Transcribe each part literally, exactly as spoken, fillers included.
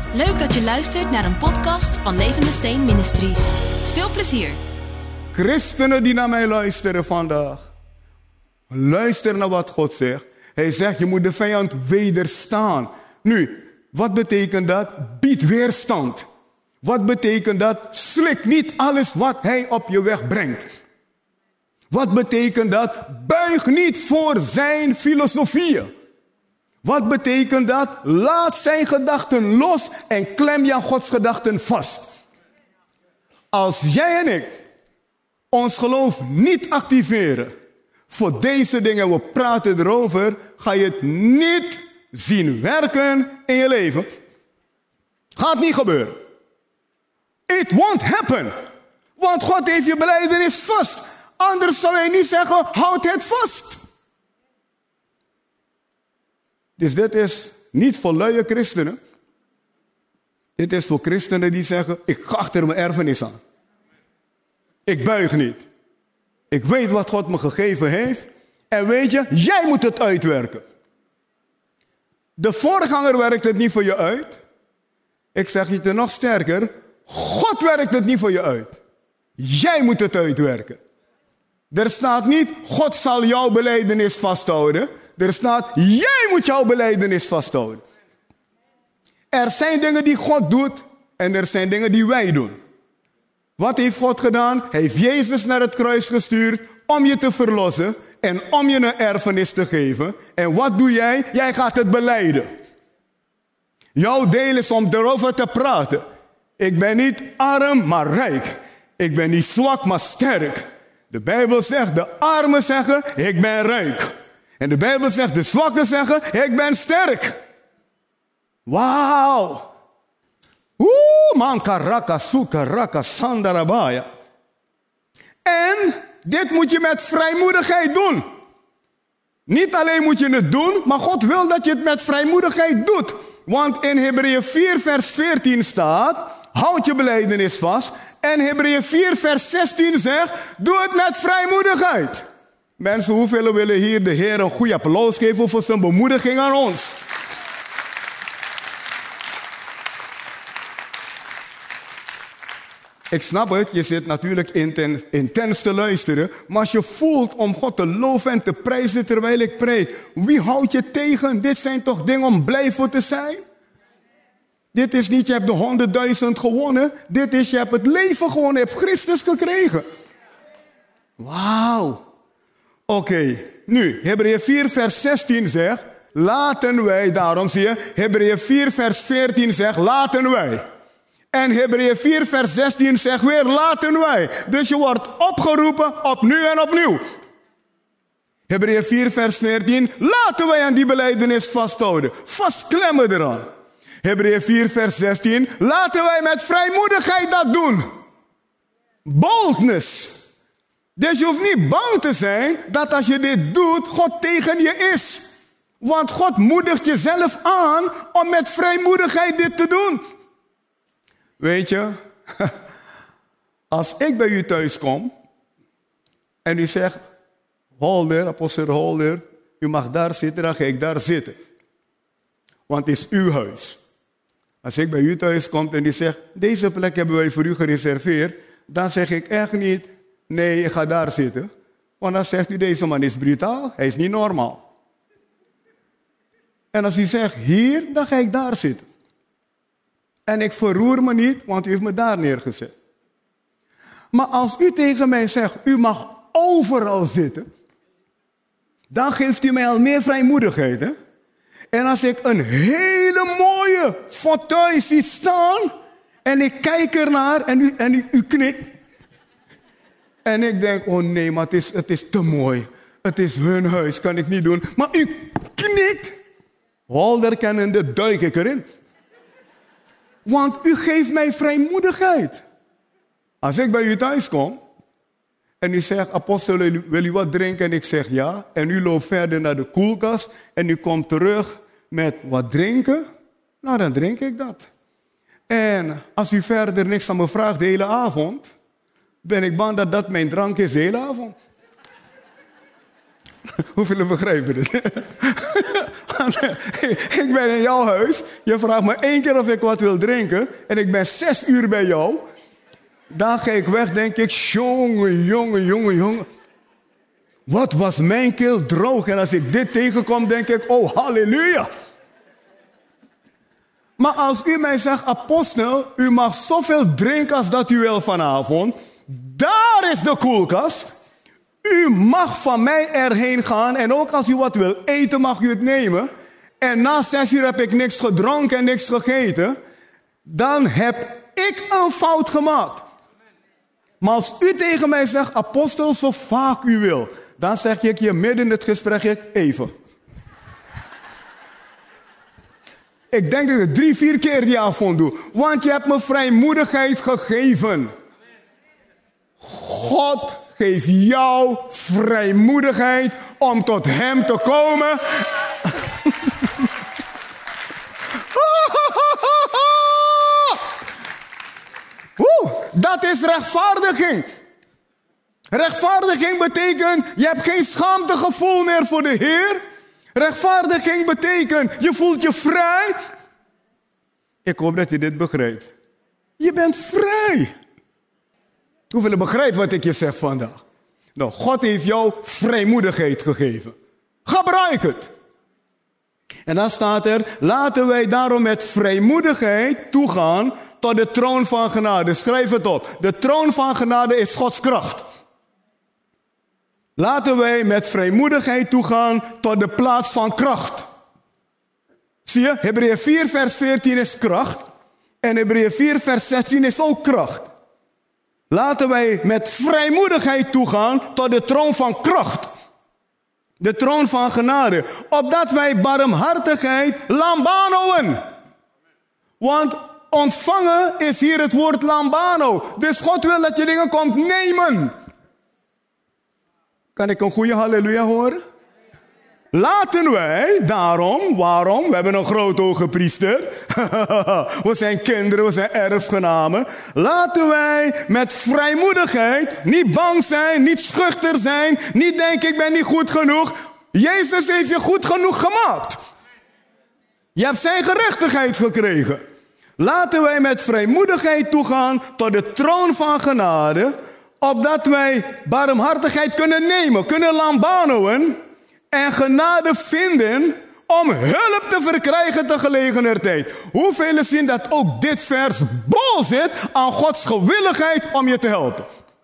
Leuk dat je luistert naar een podcast van Levende Steen Ministries. Veel plezier. Christenen die naar mij luisteren vandaag. Luister naar wat God zegt. Hij zegt, je moet de vijand wederstaan. Nu, wat betekent dat? Bied weerstand. Wat betekent dat? Slik niet alles wat hij op je weg brengt. Wat betekent dat? Buig niet voor zijn filosofieën. Wat betekent dat? Laat zijn gedachten los en klem je aan Gods gedachten vast. Als jij en ik ons geloof niet activeren voor deze dingen, we praten erover, ga je het niet zien werken in je leven. Gaat niet gebeuren. It won't happen. Want God heeft je belijdenis vast. Anders zou hij niet zeggen, houd het vast. Dus dit is niet voor luie christenen. Dit is voor christenen die zeggen, ik ga achter mijn erfenis aan. Ik buig niet. Ik weet wat God me gegeven heeft. En weet je, jij moet het uitwerken. De voorganger werkt het niet voor je uit. Ik zeg je nog sterker, God werkt het niet voor je uit. Jij moet het uitwerken. Er staat niet, God zal jouw belijdenis vasthouden. Er staat, jij moet jouw belijdenis vasthouden. Er zijn dingen die God doet en er zijn dingen die wij doen. Wat heeft God gedaan? Hij heeft Jezus naar het kruis gestuurd om je te verlossen en om je een erfenis te geven. En wat doe jij? Jij gaat het belijden. Jouw deel is om erover te praten. Ik ben niet arm, maar rijk. Ik ben niet zwak, maar sterk. De Bijbel zegt, de armen zeggen, ik ben rijk. En de Bijbel zegt, de zwakken zeggen, ik ben sterk. Wauw. Oeh, man karaka, sukaraka, sandarabaya. En dit moet je met vrijmoedigheid doen. Niet alleen moet je het doen, maar God wil dat je het met vrijmoedigheid doet. Want in Hebreeën vier vers veertien staat, houd je belijdenis vast. En Hebreeën vier vers zestien zegt, doe het met vrijmoedigheid. Mensen, hoeveel willen hier de Heer een goede applaus geven voor zijn bemoediging aan ons? Ik snap het, je zit natuurlijk intens, intens te luisteren. Maar als je voelt om God te loven en te prijzen terwijl ik preek, wie houdt je tegen? Dit zijn toch dingen om blij voor te zijn? Dit is niet, je hebt de honderdduizend gewonnen. Dit is, je hebt het leven gewonnen, je hebt Christus gekregen. Wauw. Oké, okay. Nu, Hebreeën vier vers zestien zegt, laten wij, daarom zie je, Hebreeën vier vers veertien zegt, laten wij. En Hebreeën vier vers zestien zegt weer, laten wij. Dus je wordt opgeroepen opnieuw en opnieuw. Hebreeën vier vers veertien, laten wij aan die belijdenis vasthouden. Vastklemmen eraan. Hebreeën vier vers zestien, laten wij met vrijmoedigheid dat doen. Boldness. Dus je hoeft niet bang te zijn dat als je dit doet, God tegen je is. Want God moedigt jezelf aan om met vrijmoedigheid dit te doen. Weet je, als ik bij u thuis kom en u zegt, Holder, apostel Holder, u mag daar zitten, dan ga ik daar zitten. Want het is uw huis. Als ik bij u thuis kom en u zegt, deze plek hebben wij voor u gereserveerd, dan zeg ik echt niet, nee, ik ga daar zitten. Want dan zegt u, deze man is brutaal, hij is niet normaal. En als u zegt, hier, dan ga ik daar zitten. En ik verroer me niet, want u heeft me daar neergezet. Maar als u tegen mij zegt, u mag overal zitten, dan geeft u mij al meer vrijmoedigheid, hè? En als ik een hele mooie fauteuil zie staan, en ik kijk ernaar, en u, en u, u knikt. En ik denk, oh nee, maar het is, het is te mooi. Het is hun huis, kan ik niet doen. Maar u knikt. Holder kennende duik ik erin. Want u geeft mij vrijmoedigheid. Als ik bij u thuis kom en u zegt, apostel, wil u wat drinken? En ik zeg ja. En u loopt verder naar de koelkast en u komt terug met wat drinken. Nou, dan drink ik dat. En als u verder niks aan me vraagt de hele avond, ben ik bang dat dat mijn drank is de hele avond. Hoeveel begrijpen dit? Ik ben in jouw huis. Je vraagt me één keer of ik wat wil drinken. En ik ben zes uur bij jou. Dan ga ik weg, denk ik, jongen, jongen, jongen, jongen. Wat was mijn keel droog. En als ik dit tegenkom, denk ik, oh, halleluja. Maar als u mij zegt, apostel, u mag zoveel drinken als dat u wil vanavond. Daar is de koelkast. U mag van mij erheen gaan. En ook als u wat wil eten, mag u het nemen. En na zes uur heb ik niks gedronken en niks gegeten. Dan heb ik een fout gemaakt. Maar als u tegen mij zegt, apostel, zo vaak u wil. Dan zeg ik je midden in het gesprek even. Ik denk dat ik het drie, vier keer die avond doe. Want je hebt me vrijmoedigheid gegeven. God geeft jou vrijmoedigheid om tot hem te komen. Oeh, dat is rechtvaardiging. Rechtvaardiging betekent, je hebt geen schaamtegevoel meer voor de Heer. Rechtvaardiging betekent, je voelt je vrij. Ik hoop dat je dit begrijpt. Je bent vrij. Hoeveel begrijpt wat ik je zeg vandaag? Nou, God heeft jou vrijmoedigheid gegeven. Gebruik het. En dan staat er, laten wij daarom met vrijmoedigheid toegaan tot de troon van genade. Schrijf het op. De troon van genade is Gods kracht. Laten wij met vrijmoedigheid toegaan tot de plaats van kracht. Zie je, Hebreeën vier vers veertien is kracht. En Hebreeën vier vers zestien is ook kracht. Laten wij met vrijmoedigheid toegaan tot de troon van kracht. De troon van genade. Opdat wij barmhartigheid lambanoen. Want ontvangen is hier het woord lambano. Dus God wil dat je dingen komt nemen. Kan ik een goede halleluja horen? Laten wij daarom, waarom? We hebben een groot hoge priester. We zijn kinderen, we zijn erfgenamen. Laten wij met vrijmoedigheid niet bang zijn, niet schuchter zijn, niet denken ik ben niet goed genoeg. Jezus heeft je goed genoeg gemaakt. Je hebt zijn gerechtigheid gekregen. Laten wij met vrijmoedigheid toegaan tot de troon van genade, opdat wij barmhartigheid kunnen nemen, kunnen lambanoen en genade vinden om hulp te verkrijgen te gelegener tijd. Hoeveel zien dat ook dit vers bol zit aan Gods gewilligheid om je te helpen?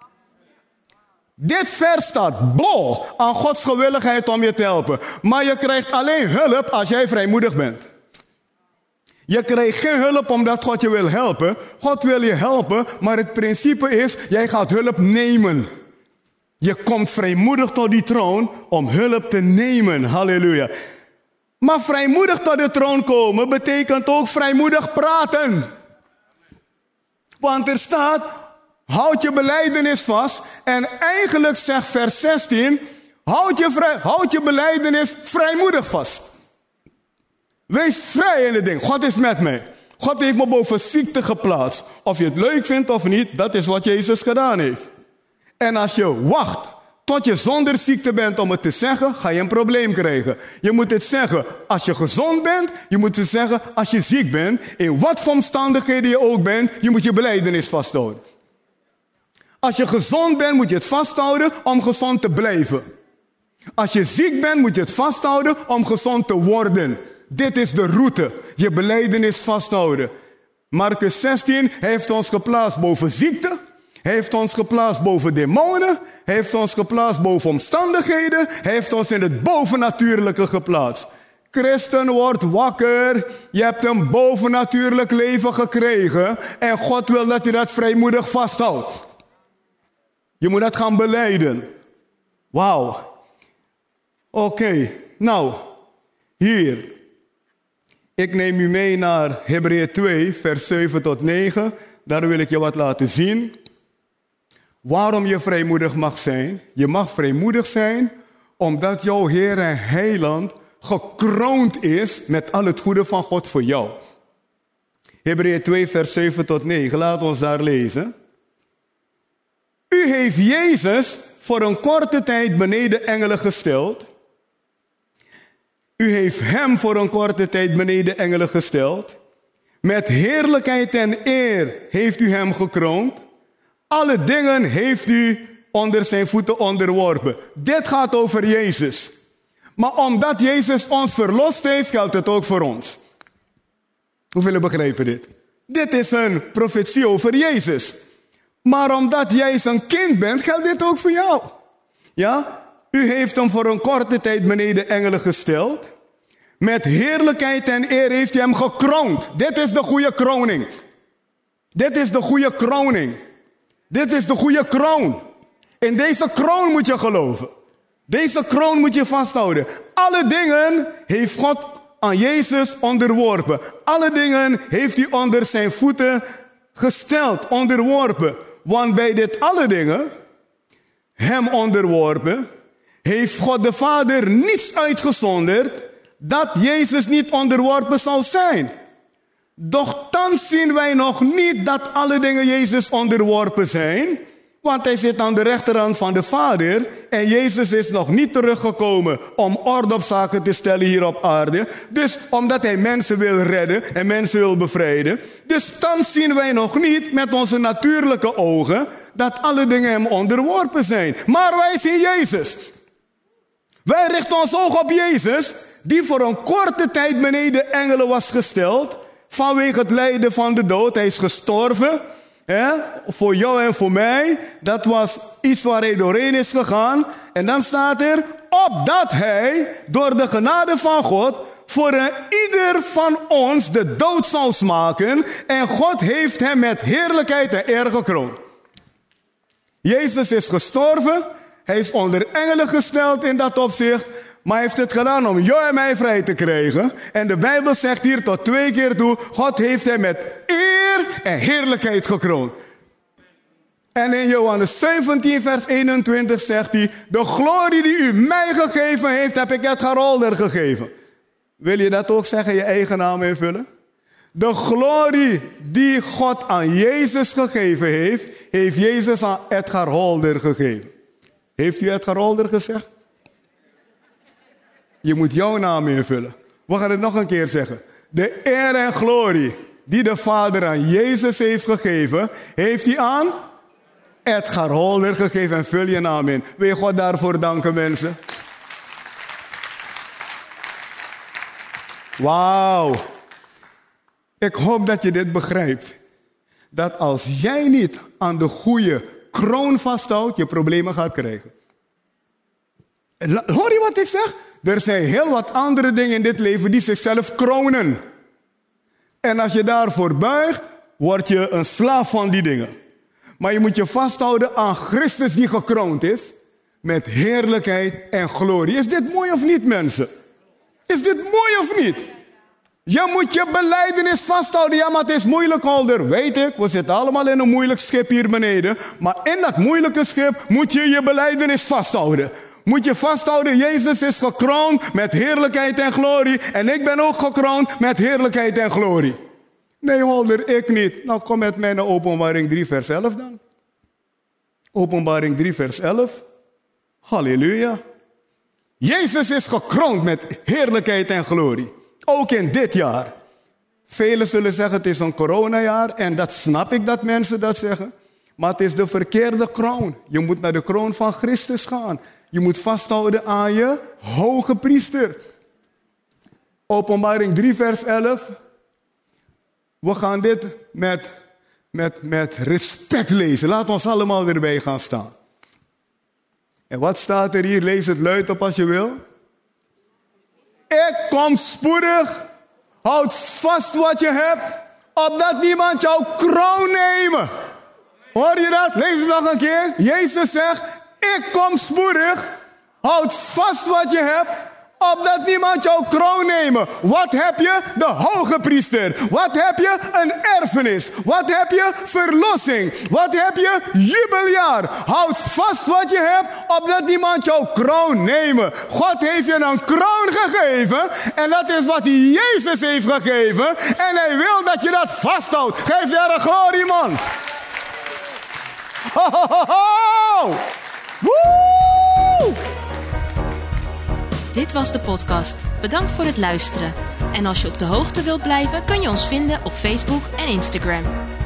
Dit vers staat bol aan Gods gewilligheid om je te helpen. Maar je krijgt alleen hulp als jij vrijmoedig bent. Je krijgt geen hulp omdat God je wil helpen. God wil je helpen, maar het principe is, jij gaat hulp nemen. Je komt vrijmoedig tot die troon om hulp te nemen. Halleluja. Maar vrijmoedig tot de troon komen betekent ook vrijmoedig praten. Want er staat, houd je belijdenis vast. En eigenlijk zegt vers zestien, houd je, vrij, houd je belijdenis vrijmoedig vast. Wees vrij in het ding. God is met mij. God heeft me boven ziekte geplaatst. Of je het leuk vindt of niet, dat is wat Jezus gedaan heeft. En als je wacht tot je zonder ziekte bent om het te zeggen, ga je een probleem krijgen. Je moet het zeggen als je gezond bent. Je moet het zeggen als je ziek bent. In wat voor omstandigheden je ook bent, je moet je belijdenis vasthouden. Als je gezond bent, moet je het vasthouden om gezond te blijven. Als je ziek bent, moet je het vasthouden om gezond te worden. Dit is de route. Je belijdenis vasthouden. Marcus zestien heeft ons geplaatst boven ziekte. Hij heeft ons geplaatst boven demonen. Hij heeft ons geplaatst boven omstandigheden. Hij heeft ons in het bovennatuurlijke geplaatst. Christen, word wakker. Je hebt een bovennatuurlijk leven gekregen. En God wil dat je dat vrijmoedig vasthoudt. Je moet dat gaan belijden. Wauw. Oké, okay. Nou, hier. Ik neem u mee naar Hebreeën twee, vers zeven tot negen. Daar wil ik je wat laten zien. Waarom je vrijmoedig mag zijn. Je mag vrijmoedig zijn omdat jouw Heer en Heiland gekroond is met al het goede van God voor jou. Hebreeën twee, vers zeven tot negen. Laat ons daar lezen. U heeft Jezus voor een korte tijd beneden engelen gesteld U heeft hem voor een korte tijd beneden engelen gesteld. Met heerlijkheid en eer heeft u hem gekroond. Alle dingen heeft u onder zijn voeten onderworpen. Dit gaat over Jezus. Maar omdat Jezus ons verlost heeft, geldt het ook voor ons. Hoeveel begrijpen dit? Dit is een profetie over Jezus. Maar omdat jij zijn kind bent, geldt dit ook voor jou. Ja? U heeft hem voor een korte tijd beneden engelen gesteld. Met heerlijkheid en eer heeft hij hem gekroond. Dit is de goede kroning. Dit is de goede kroning. Dit is de goede kroon. In deze kroon moet je geloven. Deze kroon moet je vasthouden. Alle dingen heeft God aan Jezus onderworpen. Alle dingen heeft hij onder zijn voeten gesteld, onderworpen. Want bij dit alle dingen, hem onderworpen, heeft God de Vader niets uitgezonderd dat Jezus niet onderworpen zal zijn. Doch thans zien wij nog niet dat alle dingen Jezus onderworpen zijn, want hij zit aan de rechterhand van de Vader en Jezus is nog niet teruggekomen om orde op zaken te stellen hier op aarde. Dus omdat hij mensen wil redden en mensen wil bevrijden. Dus thans zien wij nog niet met onze natuurlijke ogen dat alle dingen hem onderworpen zijn. Maar wij zien Jezus. Wij richten ons oog op Jezus, die voor een korte tijd beneden engelen was gesteld vanwege het lijden van de dood. Hij is gestorven. Hè? Voor jou en voor mij. Dat was iets waar hij doorheen is gegaan. En dan staat er, opdat hij door de genade van God voor een ieder van ons de dood zal smaken. En God heeft hem met heerlijkheid en eer gekroond. Jezus is gestorven. Hij is onder engelen gesteld in dat opzicht. Maar hij heeft het gedaan om jou en mij vrij te krijgen. En de Bijbel zegt hier tot twee keer toe, God heeft hem met eer en heerlijkheid gekroond. En in Johannes zeventien vers eenentwintig zegt hij, de glorie die u mij gegeven heeft, heb ik Edgar Holder gegeven. Wil je dat ook zeggen, je eigen naam invullen? De glorie die God aan Jezus gegeven heeft, heeft Jezus aan Edgar Holder gegeven. Heeft u Edgar Holder gezegd? Je moet jouw naam invullen. We gaan het nog een keer zeggen. De eer en glorie die de Vader aan Jezus heeft gegeven, heeft hij aan Edgar Holder gegeven. En vul je naam in. Wil je God daarvoor danken, mensen? Wauw. Ik hoop dat je dit begrijpt. Dat als jij niet aan de goede kroon vasthoudt, je problemen gaat krijgen. Hoor je wat ik zeg? Er zijn heel wat andere dingen in dit leven die zichzelf kronen. En als je daarvoor buigt, word je een slaaf van die dingen. Maar je moet je vasthouden aan Christus die gekroond is met heerlijkheid en glorie. Is dit mooi of niet, mensen? Is dit mooi of niet? Je moet je belijdenis vasthouden. Ja, maar het is moeilijk, Holder. Weet ik, we zitten allemaal in een moeilijk schip hier beneden. Maar in dat moeilijke schip moet je je belijdenis vasthouden. Moet je vasthouden, Jezus is gekroond met heerlijkheid en glorie. En ik ben ook gekroond met heerlijkheid en glorie. Nee, Holder, ik niet. Nou, kom met mij naar Openbaring drie vers elf dan. Openbaring drie vers elf. Halleluja. Jezus is gekroond met heerlijkheid en glorie. Ook in dit jaar. Velen zullen zeggen het is een coronajaar. En dat snap ik dat mensen dat zeggen. Maar het is de verkeerde kroon. Je moet naar de kroon van Christus gaan. Je moet vasthouden aan je hoge priester. Openbaring drie vers elf. We gaan dit met, met, met respect lezen. Laat ons allemaal erbij gaan staan. En wat staat er hier? Lees het luid op als je wil. Ik kom spoedig. Houd vast wat je hebt, opdat niemand jouw kroon nemen. Hoor je dat? Lees het nog een keer. Jezus zegt, ik kom spoedig. Houd vast wat je hebt, opdat niemand jouw kroon nemen. Wat heb je? De hoge priester. Wat heb je? Een erfenis. Wat heb je? Verlossing. Wat heb je? Jubeljaar. Houd vast wat je hebt, opdat niemand jouw kroon nemen. God heeft je een kroon gegeven. En dat is wat Jezus heeft gegeven. En hij wil dat je dat vasthoudt. Geef daar een glorie, man. Ho, ho, ho, ho. Woe! Dit was de podcast. Bedankt voor het luisteren. En als je op de hoogte wilt blijven, kun je ons vinden op Facebook en Instagram.